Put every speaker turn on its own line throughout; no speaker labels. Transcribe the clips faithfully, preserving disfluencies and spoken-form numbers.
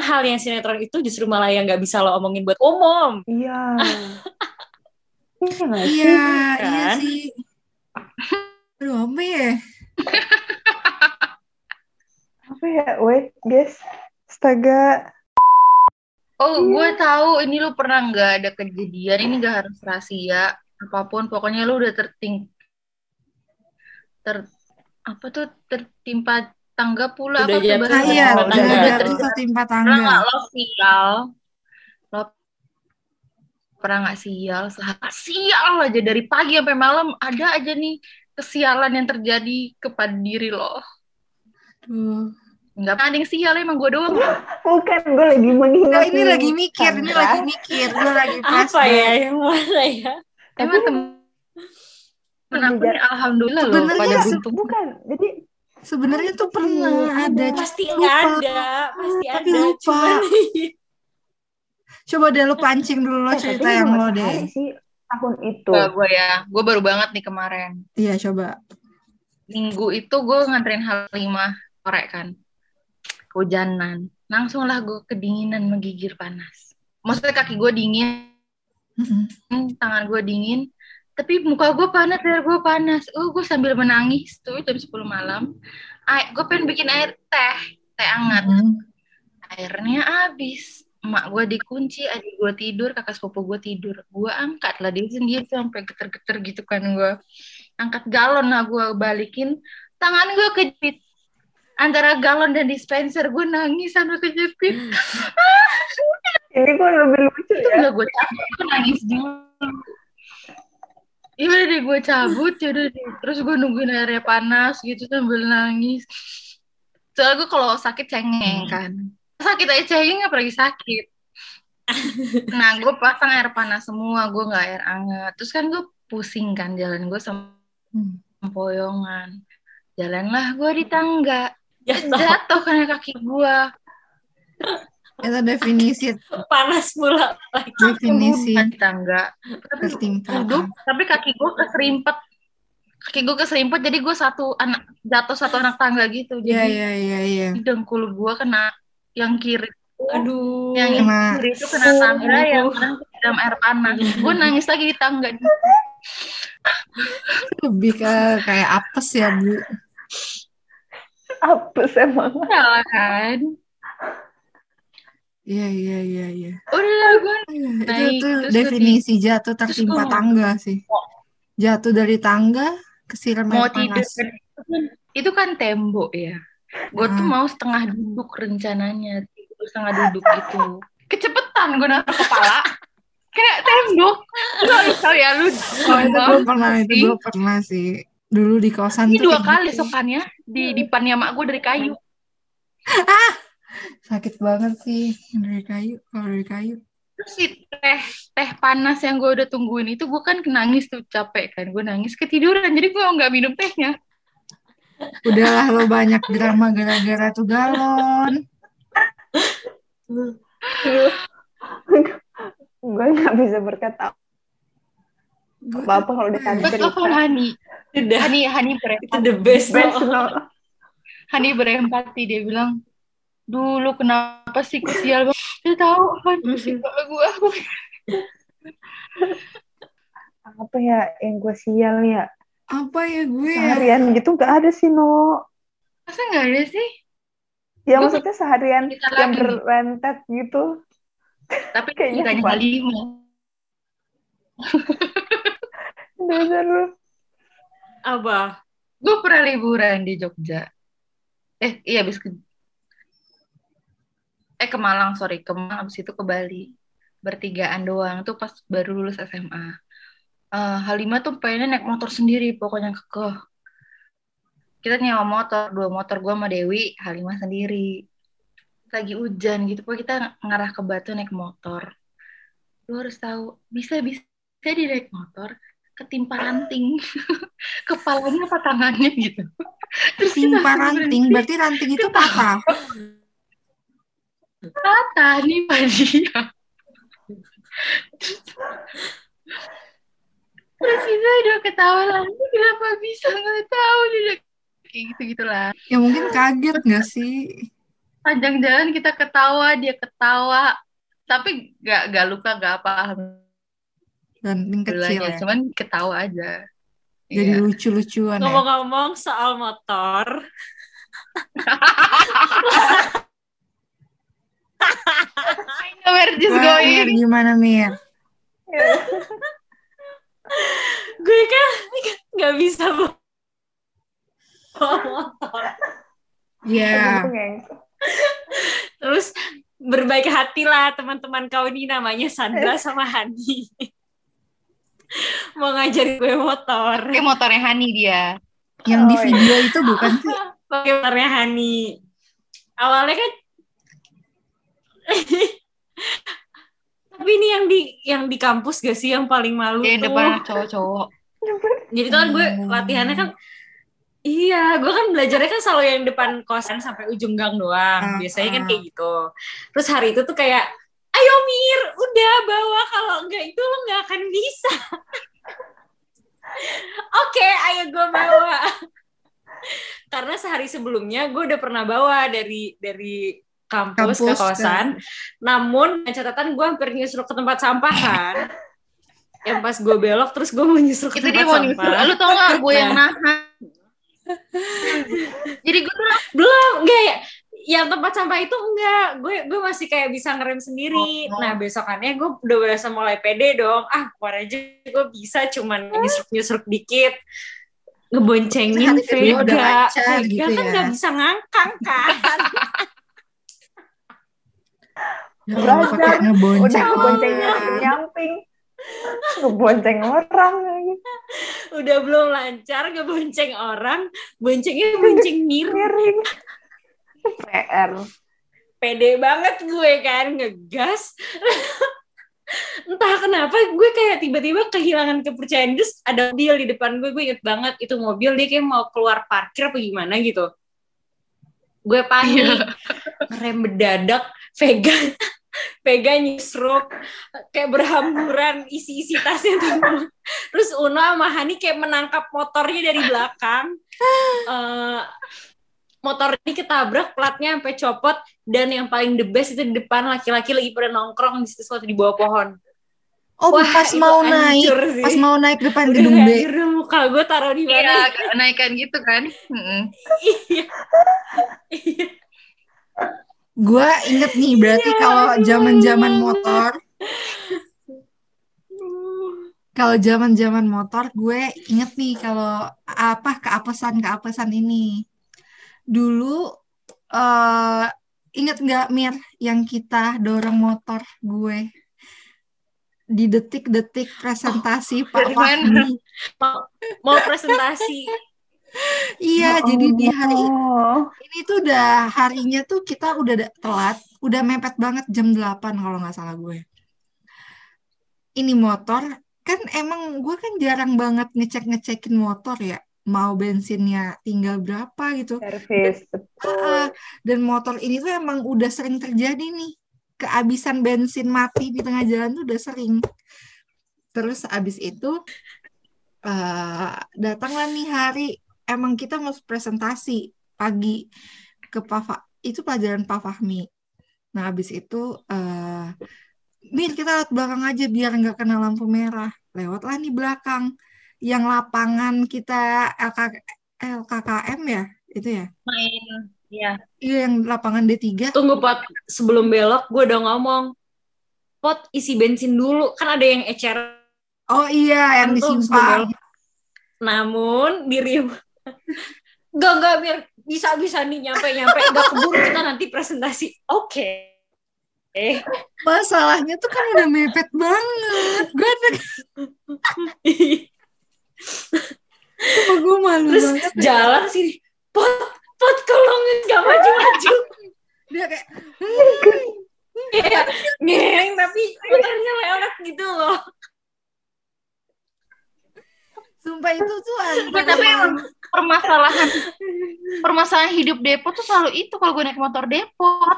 hal yang sinetron itu justru malah yang nggak bisa lo omongin buat umum.
Iya. Iya nggak
Iya,
sih?
iya
Kan?
sih. Aduh, apa ya?
Apa ya? Wait, guys. Astaga.
Oh,
Iya.
gue tahu ini lu pernah nggak ada kejadian, ini nggak harus rahasia, apapun, pokoknya lu udah terting, ter, apa tuh, tertimpa tangga pula,
Udah
apa tuh
jatuh
bahasa
Ah iya,
tertimpa
Oh, udah
udah
tangga.
jatuh
jatuh.
tertimpa
pernah
tangga.
nggak lo sial, lo pernah nggak sial, Sah- sial aja dari pagi sampai malam ada aja nih kesialan yang terjadi kepada diri lo.
Tuh.
Nggak ada yang sial, emang gue doang.
Bukan, gue lagi
Nah,
mengingat
ini
nih,
lagi mikir, ini
Sandra.
lagi mikir, gue lagi
Apa
flashback.
ya yang mana ya?
Emang
Tapi
temen aku nih alhamdulillah loh
Sebenarnya
pada
se-
buntung.
bukan. Jadi
Sebenarnya tuh pernah ada,
Pasti
lupa.
ada, pasti
Tapi
ada.
lupa.
Cuman
Coba deh lo pancing dulu lo
eh,
cerita
tapi
yang
cuma
lo
sehari
deh.
sih tahun itu.
Gak gue ya, gue baru banget nih kemarin.
Iya, coba.
Minggu itu gue nganterin Halimah sore kan, kehujanan. Langsung lah gue kedinginan, menggigir panas. Maksudnya kaki gue dingin,
Mm-mm.
tangan gue dingin, tapi muka gue panas, biar gue panas. Oh, gue sambil menangis tuh jam sepuluh malam. Ay, gue pengen bikin air teh, teh hangat.
Mm-mm.
Airnya habis. Emak gue dikunci, adik gue tidur, kakak sepupu gue tidur. Gue angkat lah dia sendiri tuh sampai geter-geter gitu kan gue. Angkat galon lah gue balikin. Tangan gue kejepit. Antara galon dan dispenser gue nangis sampai kejepit.
Ini gue lebih lucu
Itu
ya.
gak gue cabut, gue nangis dulu. Iya udah deh gue cabut, ya udah deh. Terus gue nungguin airnya panas gitu sambil nangis. Soalnya gue kalau sakit cengeng kan. Sakit aja cengeng apalagi sakit. Nah gue pasang air panas semua, gue gak air hangat. Terus kan gue pusing kan jalan gue
Hmm.
sempoyongan. Jalanlah gue di tangga.
jatuh
Jatuh karena kaki gue.
Itu definisi
panas pula lagi.
definisi
Di tangga. Tapi
tertimpa.
duduk, tapi kaki gue keserimpet. Kaki gue keserimpet, jadi gue satu anak jatuh satu anak tangga gitu.
Iya,
Jadi
iya, iya, iya.
dengkul gue kena yang kiri.
Aduh.
Yang
Kena.
kiri itu kena tangga, yang kanan ke dalam air panas. Gue nangis lagi di tangga.
Lebih ke kayak apes ya, Bu.
Apes emang.
Salah kan?
Iya, iya, iya, iya.
Udah gue
Iya, itu
naik,
tuh
terus
definisi jatuh tertimpa
gua-
tangga sih. Jatuh dari tangga, kesiram
mau
air
tidur.
panas.
Itu kan tembok ya. Gue tuh
Ah.
mau setengah duduk rencananya. Tidur setengah duduk gitu. Kecepetan gue naruh kepala. Kayak tembok. Lu tahu ya lu.
Oh, itu gue pernah, itu gue pernah sih. Dulu di kosan
Ini
tuh
dua
kayak
kali
gitu.
sokannya di depannya mak gue dari kayu.
Sakit banget sih dari kayu, kalau dari kayu.
Terus si teh teh panas yang gue udah tungguin itu gue kan nangis tuh capek kan, gue nangis ketiduran jadi gue nggak minum tehnya.
Udahlah lo banyak drama gara-gara tuh galon.
Gue nggak bisa berkata apa-apa kalau dikasih
Gue
cerita.
telepon Hani,
Udah.
Hani Hani
Itu
berempati,
the best.
Best,
loh.
no.
Hani berempati dia bilang, dulu kenapa sih kesial banget? Dia tahu kan sih kalau gue.
Apa ya yang gue sial ya?
Apa ya gue ya?
Seharian gitu nggak ada sih, No.
Masa nggak ada sih?
Ya
Gua-
maksudnya seharian
Kita
yang
lagi nih.
berrentet gitu.
Tapi
Kayaknya
ceritanya
apa?
Halimah.
Dasar lu.
Apa?
Gue pernah liburan di Jogja. Eh iya habis ke eh ke Malang sorry ke Malang abis itu ke Bali bertigaan doang tuh pas baru lulus S M A. Eh, Halimah tuh pengen naik motor sendiri pokoknya kekeh. Kita nyewa motor dua motor gue sama Dewi, Halimah sendiri. Lagi hujan gitu pokoknya kita ngarah ke Batu naik motor. Lu harus tahu bisa bisa di naik motor ketimpa ranting kepalanya apa tangannya gitu. Terus kita
Timpa
langsung
ranting,
berhenti.
berarti ranting itu patah.
Patah nih Pak dia. Terus kita udah ketawa lagi kenapa bisa nggak tahu dia udah kayak gitu gitulah.
Ya mungkin kaget nggak sih?
Panjang jalan kita ketawa, dia ketawa. Tapi gak, gak luka, gak apa.
Banting kecil
Alhamdulillahnya.
ya.
Cuman ketawa aja.
Jadi
Iya.
lucu-lucuan ya.
Ngomong-ngomong soal motor,
I know where this
Wah, Mir,
going.
gimana Mir?
gue kan nggak bisa bawa motor.
Ya,
Terus berbaik hati lah teman-teman kau ini, namanya Sandra sama Hani. Mau ngajarin gue motor.
Pakai motornya Hani dia.
yang di
Oh, iya.
video itu bukan sih?
Pakai motornya Hani. Awalnya kan tapi ini yang di yang di kampus gak sih yang paling malu
Dia
tuh.
depan cowok-cowok.
Jadi tuh kan gue latihannya kan iya, gue kan belajarnya kan selalu yang depan kosan sampai ujung gang doang.
Ah,
Biasanya kan
ah.
kayak gitu. Terus hari itu tuh kayak, ayo Mir, udah bawa, kalau enggak itu lo nggak akan bisa. Oke, ayo gue bawa. Karena sehari sebelumnya gue udah pernah bawa dari dari kampus,
Kampus
ke kosan. Namun dengan catatan gue hampir nyusul ke tempat sampah kan. Yang pas gue belok terus gue mau nyusul ke
Itu dia
tempat
mau
sampah.
nyusul. Lu tau gak gue yang
Nah.
nahan. Jadi gue tuh
Belum, enggak ya. Yang tempat sampah itu enggak. Gue gue masih kayak bisa ngerem sendiri.
Oh.
Nah, besokannya gue udah berasa mulai pede dong. Ah, keluar aja gue bisa, cuman nyusruk-nyusruk dikit. Ngeboncengin
Hari kedua udah
Vega.
lancar
Vega
gitu
kan
ya.
nggak bisa ngangkang kan.
Ya Allah, pakai
Belajar.
ngebonceng.
Udah ngeboncengnya
orang.
nyamping. Ngebonceng orang lagi.
Udah belum lancar ngebonceng orang, boncengnya bonceng Mir.
Miring. P R.
Pede banget gue kan ngegas. Entah kenapa gue kayak tiba-tiba kehilangan kepercayaan. Terus ada mobil di depan gue, gue inget banget itu mobil, dia kayak mau keluar parkir apa gimana gitu. Gue panik, rem mendadak, Vega Vega nyusruk kayak berhamburan isi-isi tasnya tuh. Terus Uno sama Hani kayak menangkap motornya dari belakang. Uh, motor ini ketabrak, platnya sampai copot, dan yang paling the best itu di depan laki-laki lagi pada nongkrong di situ suatu di bawah pohon.
Oh,
Wah,
pas
itu
mau naik,
hancur sih.
pas mau naik depan
Udah
gedung B.
hancur deh, muka gue taruh di mana?
iya naikkan gitu kan. Mm-mm.
Iya. Iya.
Gue inget nih, berarti kalau zaman-zaman motor, kalau zaman-zaman motor, gue inget nih kalau apa keapesan-keapesan ini. Dulu eh inget nggak Mir yang kita dorong motor gue di detik-detik presentasi Pak
Dari mana?
Fahmi.
Mau, mau presentasi.
Iya,
Ya
jadi di hari
Allah.
ini tuh udah harinya tuh kita udah da- telat, udah mepet banget jam delapan kalau nggak salah gue. Ini motor, kan emang gue kan jarang banget ngecek-ngecekin motor ya, mau bensinnya tinggal berapa gitu.
Servis,
Ah,
betul.
dan motor ini tuh emang udah sering terjadi nih, kehabisan bensin mati di tengah jalan tuh udah sering. Terus abis itu eh, datanglah nih hari, emang kita mau presentasi pagi ke Pak Fa- itu pelajaran Pak Fahmi. Nah, habis itu eh Mir, kita lewat belakang aja biar nggak kena lampu merah. Lewatlah nih belakang. Yang lapangan kita L K, L K K M ya? Itu ya?
Main. Iya.
Iya, yang lapangan D tiga.
Tunggu Pot, sebelum belok gue udah ngomong, Pot isi bensin dulu, kan ada yang eceran
Oh iya, yang
tuh sebelum
disimpan.
belok. Namun diri Gak, gak, biar bisa-bisa nih nyampe-nyampe, gak keburu kita nanti presentasi. Oke. Eh,
Masalahnya tuh kan udah mepet banget. Gue ada, sumpah gue malu
terus
banget.
jalan sini, Pot, Pot, kalau gak maju-maju.
Dia kayak,
Kayak ngeng, tapi motornya lewat gitu loh.
sumpah itu tuh
Ya,
antara
tapi emang permasalahan permasalahan hidup Depot tuh selalu itu kalau gue naik motor Depot.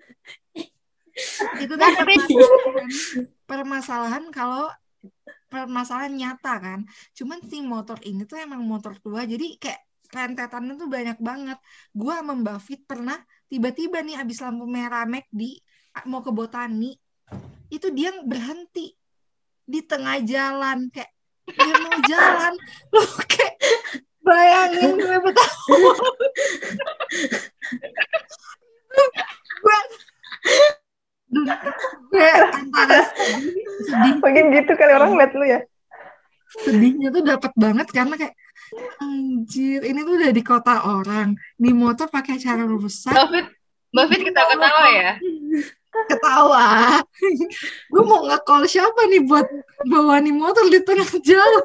itu tuh
Nggak ada
permasalahan, permasalahan kalau permasalahan nyata kan. Cuman si motor ini tuh emang motor tua, jadi kayak rentetannya tuh banyak banget. Gue sama Mbak Fit pernah tiba-tiba nih abis lampu merah McD mau ke Botani, itu dia berhenti di tengah jalan kayak dia mau jalan. Lo kayak bayangin gue betapa gue gue antara sedih, sedih
Mungkin gitu kali orang liat lu ya.
sedihnya tuh dapat banget karena kayak anjir ini tuh udah di kota orang, di motor pakai cara rusak.
Mbak Fit, Mbak Fit ketawa-ketawa ya.
Ketawa. Gue mau nge-call siapa nih buat bawa nih motor di tengah jalan.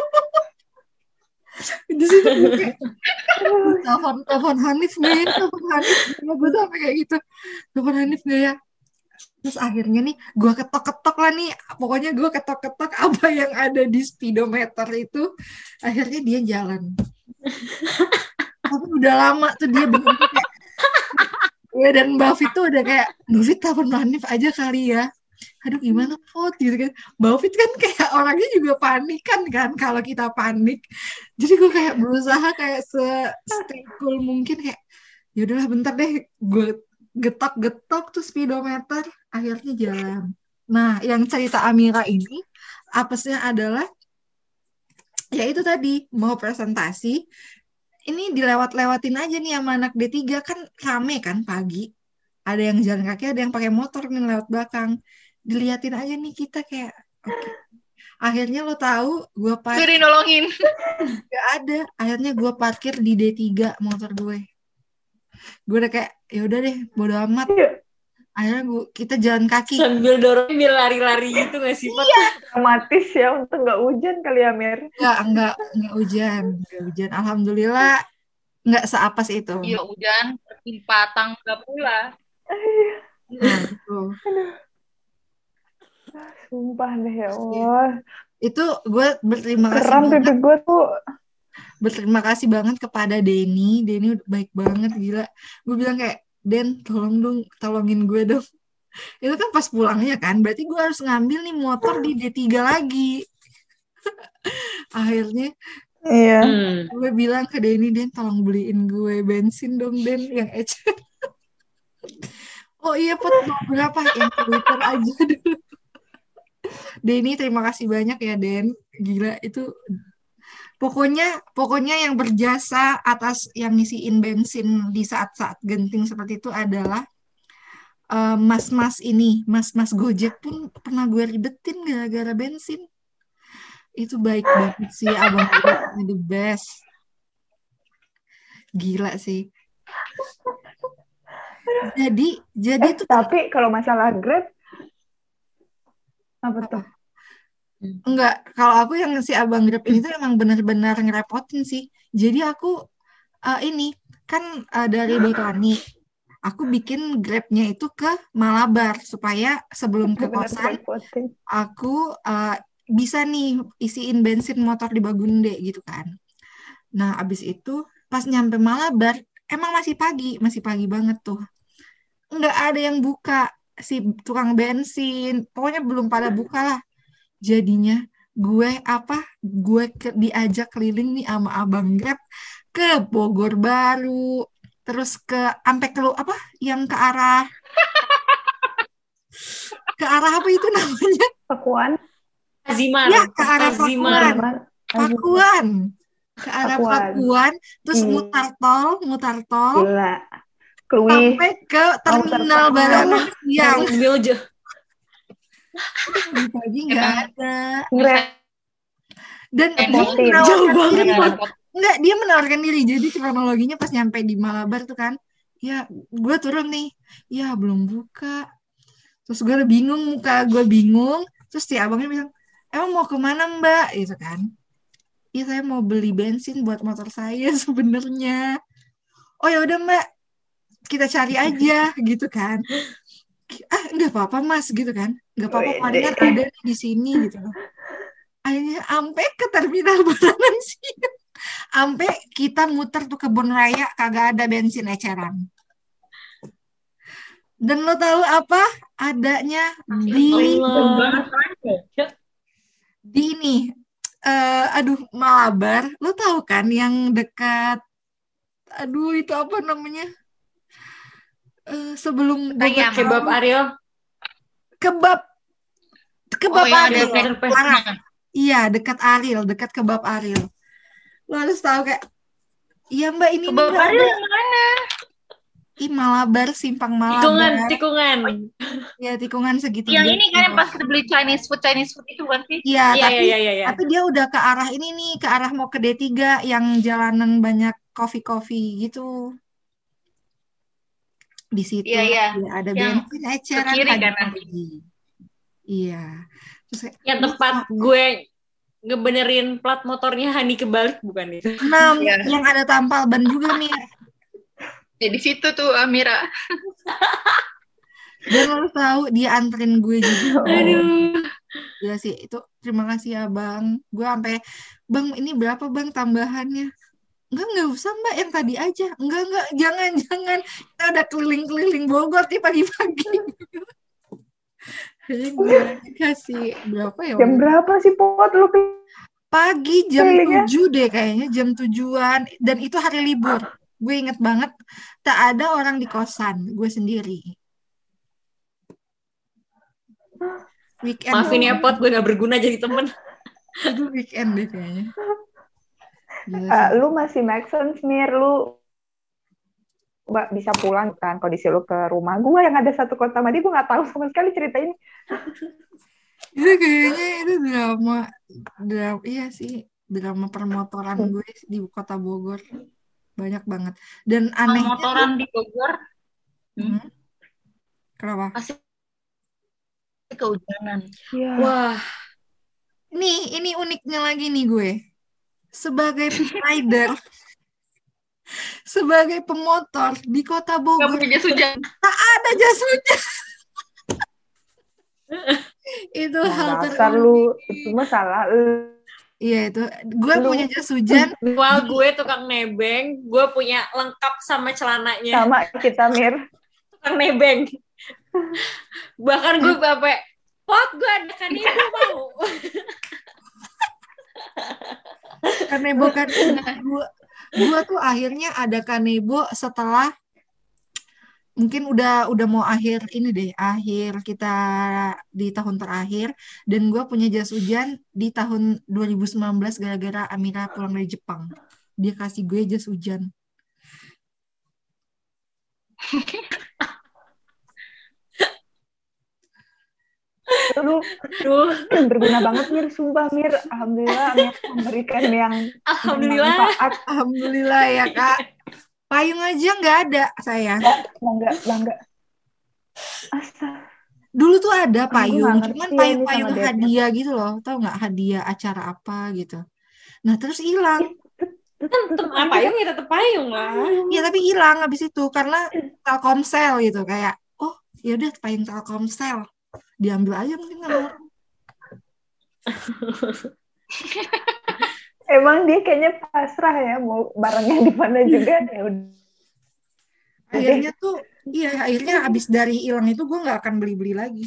Di situ gue kayak telepon telepon Hanif nggak ya, telepon Hanif ya, gue tuh sampai kayak gitu, telepon Hanif nggak ya. Terus akhirnya nih gue ketok-ketok lah nih, pokoknya gue ketok-ketok apa yang ada di speedometer itu, akhirnya dia jalan. Tapi udah lama tuh dia berhenti kayak gue dan Mbak Fit tuh udah kayak Mbak Fit telepon Hanif aja kali ya. Aduh gimana Pot gitu kan. Mbak Fit kan kayak orangnya juga panik kan kan kalau kita panik. Jadi gue kayak berusaha kayak se-stay cool mungkin kayak ya udahlah bentar deh gue getok-getok tuh speedometer akhirnya jalan. Nah, yang cerita Amira ini apesnya adalah ya itu tadi mau presentasi ini dilewat-lewatin aja nih sama anak D tiga kan rame kan pagi. Ada yang jalan kaki, ada yang pakai motor nih lewat belakang. Diliatin aja nih kita kayak oke. Okay. Akhirnya lo tahu gue parkir.
Suri nolongin.
Gak ada. Akhirnya gue parkir di D tiga motor gue. Gue udah kayak ya udah deh bodo amat. Akhirnya gue, kita jalan kaki
sambil dorong biar lari-lari gitu nggak sih Pot?
Iya, dramatis ya, untung nggak hujan kali ya Mir.
Nggak nggak nggak hujan, nggak hujan. Alhamdulillah nggak seapas itu.
Iya hujan tertimpa tangga pula.
Nah, itu.
Sumpah deh ya Allah.
Itu gue berterima kasih
Keram
banget.
pipi gue tuh.
Berterima kasih banget kepada Denny. Denny udah baik banget gila. Gue bilang kayak Den tolong dong, tolongin gue dong. Itu kan pas pulangnya kan, berarti gue harus ngambil nih motor di D tiga lagi. Akhirnya
Iya.
Hmm.
gue bilang ke Denny, Den tolong beliin gue bensin dong Den yang ecer. Oh iya Pot, mau berapa? Yang liter aja dulu. Denny terima kasih banyak ya Den. Gila itu pokoknya pokoknya yang berjasa atas yang ngisiin bensin di saat-saat genting seperti itu adalah uh, mas-mas ini, mas-mas Gojek pun pernah gue ribetin gara-gara bensin. Itu baik banget sih, abang gue the best. Gila sih. Jadi jadi
Eh,
tuh
tapi kalau masalah Grab apa tuh?
enggak, kalau aku yang si abang Grab ini tuh emang benar-benar ngerepotin sih. Jadi aku uh, ini kan uh, dari Botani, aku bikin Grab-nya itu ke Malabar supaya sebelum ke
Bener-bener
kosan
repotin.
aku uh, bisa nih isiin bensin motor di Bagunde gitu kan. Nah abis itu pas nyampe Malabar emang masih pagi, masih pagi banget tuh. Nggak ada yang buka si tukang bensin, pokoknya belum pada buka lah. Jadinya gue apa gue ke, diajak keliling nih sama abang Grab ke Bogor Baru, terus ke sampai ke apa yang ke arah ke arah apa itu namanya
Pakuan.
Azimar.
ya ke arah
Azimar.
Pakuan Pakuan ke arah
Pakuan.
Pakuan terus
Hmm.
mutar tol mutar tol
Gila. Klui.
sampai ke terminal
Pakuan.
Baranang Siang.
Yang Biljo.
Pagi nggak ada.
Ngre-
Dan dia
Repotin.
menawarkan
Jauh banget,
diri,
Pot.
Pot. Enggak, dia menawarkan diri. Jadi kronologinya pas nyampe di Malabar tuh kan, ya gue turun nih, ya belum buka. Terus gue udah bingung, muka gue bingung. Terus si abangnya bilang, emang mau kemana Mbak? Gitu kan. Iya saya mau beli bensin buat motor saya sebenarnya. Oh ya udah Mbak, kita cari aja gitu kan. Ah nggak apa-apa Mas gitu kan. Nggak apa-apa
Wede.
palingan ada nih di sini gitu. Akhirnya sampai ke terminal Baranang Siang. Sampai kita muter tuh Kebun Raya kagak ada bensin eceran. Dan lo tahu apa? Adanya di
Allah.
di ini eh aduh Malabar. Lo tahu kan yang dekat aduh itu apa namanya? sebelum Bogor
Ayam.
Kebab Ariel.
kebab kebab
Oh, yang ada
Ariel.
Surprise.
Parah. Iya, dekat Ariel, dekat kebab Ariel. Lo harus tahu kayak, iya mbak ini
Kebab
nggak
Ariel
ada.
yang mana?
Ih, Malabar, Simpang
Tikungan,
Malabar.
tikungan.
Ya, tikungan segitiga.
Yang ini kan yang
gitu.
pas kita beli Chinese food, Chinese food itu kan sih?
Iya,
Iya,
tapi
iya, iya, iya.
tapi dia udah ke arah ini nih, ke arah mau ke D tiga yang jalanan banyak kopi-kopi gitu. Di situ
Iya, iya.
ya, ada
Yang
bensin
ke
eceran
kiri kan
pagi-pagi.
nanti.
Iya. Terus kayak,
Yang tempat gue ngebenerin plat motornya Hani kebalik bukan itu?
enam
Iya.
yang ada tampal ban juga nih.
Ya di situ tuh Amira.
Dan lo tahu dia anterin gue juga.
Aduh.
Ya sih, itu terima kasih ya bang. Gue sampai, bang ini berapa bang tambahannya? Enggak, enggak usah mbak, yang tadi aja. Enggak, enggak, jangan, jangan. Kita udah keliling-keliling Bogor nih pagi-pagi. Jadi gue kasih berapa ya?
Jam berapa sih Pot lu ke-
Pagi jam
Kelilingnya?
tujuh deh kayaknya, jam tujuan. Dan itu hari libur. Gue inget banget, tak ada orang di kosan. Gue sendiri. Weekend.
Maafin ya Pot, gue gak berguna jadi temen.
Itu weekend deh kayaknya. Gila
Ah,
sih.
lu masih make sense, Mir. Lu Mbak bisa pulang kan kondisi lu ke rumah gua yang ada satu kota Madi, gua nggak tahu sama sekali cerita ini.
Itu kayaknya itu drama, drama iya sih, drama permotoran gue di kota Bogor banyak banget. Dan anehnya
Motoran di Bogor
tuh, hmm, kenapa?
pasti kehujanan.
Iya.
Wah,
Nih, ini uniknya lagi nih gue. Sebagai rider, sebagai pemotor di kota
Gak
Bogor,
punya jas hujan.
ada jas hujan. Itu hal
Dasar
terunik.
lu, itu masalah lu.
Iya itu, gue
Lu-
punya jas hujan.
while gue tukang nebeng, gue punya lengkap sama celananya.
Sama kita, Mir.
Tukang nebeng. Bahkan gue sampai, Pot, gue ada kan ibu mau.
Kanebo kan gua gua tuh akhirnya ada kanebo setelah mungkin udah udah mau akhir ini deh, akhir kita di tahun terakhir, dan gua punya jas hujan di tahun dua ribu sembilan belas gara-gara Amira pulang dari Jepang. Dia kasih gue jas hujan.
Lu
Aduh,
berguna banget, Mir. Sumpah, Mir. Alhamdulillah, Mir memberikan yang
alhamdulillah.
bermanfaat.
Alhamdulillah ya kak. Payung aja nggak ada saya.
Bangga, bangga. Astaga.
Dulu tuh ada
Aku
payung,
nggak
cuman
ngerti ya
payung-payung
ini sama Depnya.
hadiah gitu loh, tau nggak, hadiah acara apa gitu. Nah terus hilang.
Kan tetep apa payung ya tetep payung lah.
Ya tapi hilang habis itu karena Telkomsel gitu, kayak oh ya udah payung Telkomsel diambil aja mungkin sama orang.
Emang dia kayaknya pasrah ya, mau barangnya di mana juga. Ya udah.
Akhirnya tuh iya akhirnya habis dari hilang itu gue nggak akan beli-beli lagi.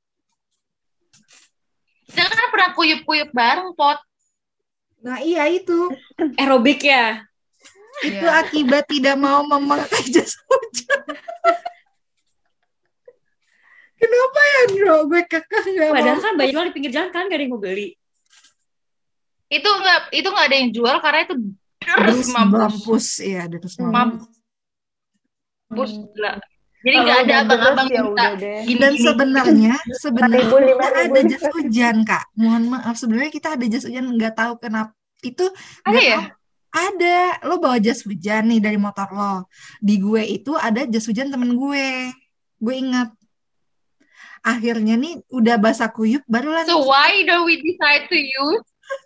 Kita kan pernah kuyup-kuyup bareng, Pot.
Nah iya itu
Aerobik ya.
itu
Iya.
akibat tidak mau memakai jas hujan. Kenapa ya Bro? Gue kekeh nggak mau.
Padahal kan banyak jual di pinggir jalan kan gak ada yang mau beli.
Itu nggak itu nggak ada yang jual karena itu
Terus
terus mampus.
mampus iya terus mampus.
Mampus gila. Jadi
Kalau
nggak ada
udah
abang-abang
terus, ya
minta
udah deh.
Dan
gini-gini.
sebenarnya sebenarnya
Seribu, lima
kita
ribu,
ada
lima
jas
ribu.
hujan kak. Mohon maaf sebenarnya kita ada jas hujan nggak tahu kenapa itu
Ada
nggak
ya?
tahu. Ada lo bawa jas hujan nih dari motor lo. Di gue itu ada jas hujan temen gue. Gue ingat. Akhirnya nih udah basah kuyup barulah
So
nih.
why don't we decide to use?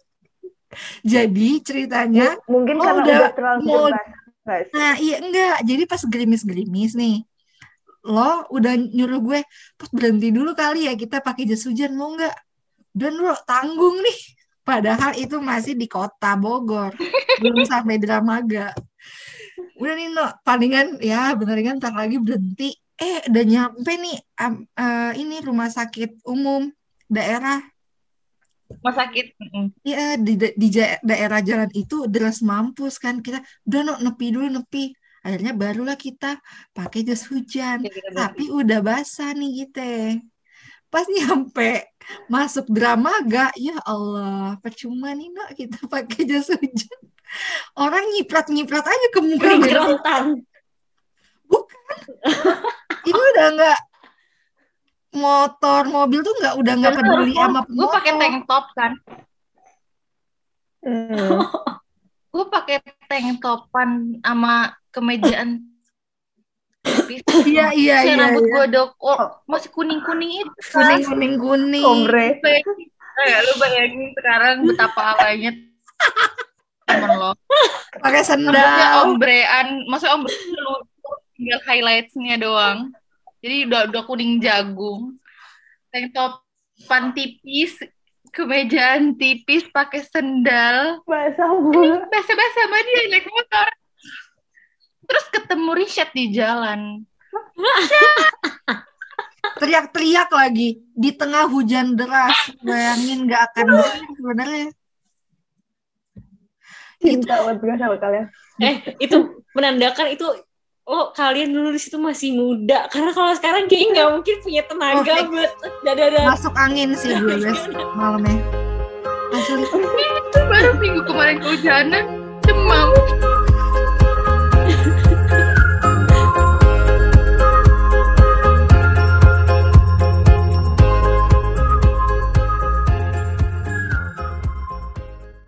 Jadi ceritanya
Mungkin
Oh,
karena
udah
udah terlalu
mau-
bebas. Guys.
nah iya enggak. Jadi pas gerimis-gerimis nih lo udah nyuruh gue pas berhenti dulu kali ya kita pakai jas hujan mau nggak? Dan lo tanggung nih. Padahal itu masih di kota Bogor, belum sampai Dramaga. Udah nih no, palingan ya bener kan ntar lagi berhenti. Eh udah nyampe nih am- eh, ini rumah sakit umum daerah.
Rumah sakit. Mm-mm.
Iya di, da- di ja- daerah jalan itu deras mampus kan kita udah no nepi dulu nepi. Akhirnya barulah kita pakai jas hujan.
Ya, kita
Tapi udah basah nih kita. Pas nyampe masuk Dramaga, ya Allah, percuma nih nak kita pakai jas hujan. Orang nyiprat-nyiprat aja ke muka
Udah
gue.
gerontang.
Bukan. Ini udah nggak motor, mobil tuh nggak udah nggak peduli sama
gue pakai
pemotor.
tank top kan.
Hmm.
Gue pakai tank topan sama kemejaan tipis.
Iya iya
Terus
iya.
rambut
iya.
gue udah oh, masih kuning-kuning itu kan.
Kuning kuning kuning.
Ombre.
Bayangin, eh, lu bayangin sekarang betapa alaynya temen lo.
Pakai
Rambutnya
sendal.
ombrean, maksudnya ombre lu tinggal highlights-nya doang. Jadi udah udah kuning jagung. Tank topan tipis, kemejaan tipis, pakai sendal.
Basah mulu.
Biasa-biasa sama dia naik motor. Terus ketemu Richard di jalan.
Teriak-teriak lagi di tengah hujan deras. Bayangin nggak akan beres sebenarnya.
Cinta banget gue sama kalian.
Eh, itu menandakan itu oh kalian dulu di situ masih muda. Karena kalau sekarang kayaknya nggak mungkin punya tenaga
Oke.
buat dada-dada.
Masuk angin sih gue besok malamnya. Asli.
Itu baru minggu kemarin kehujanan, demam.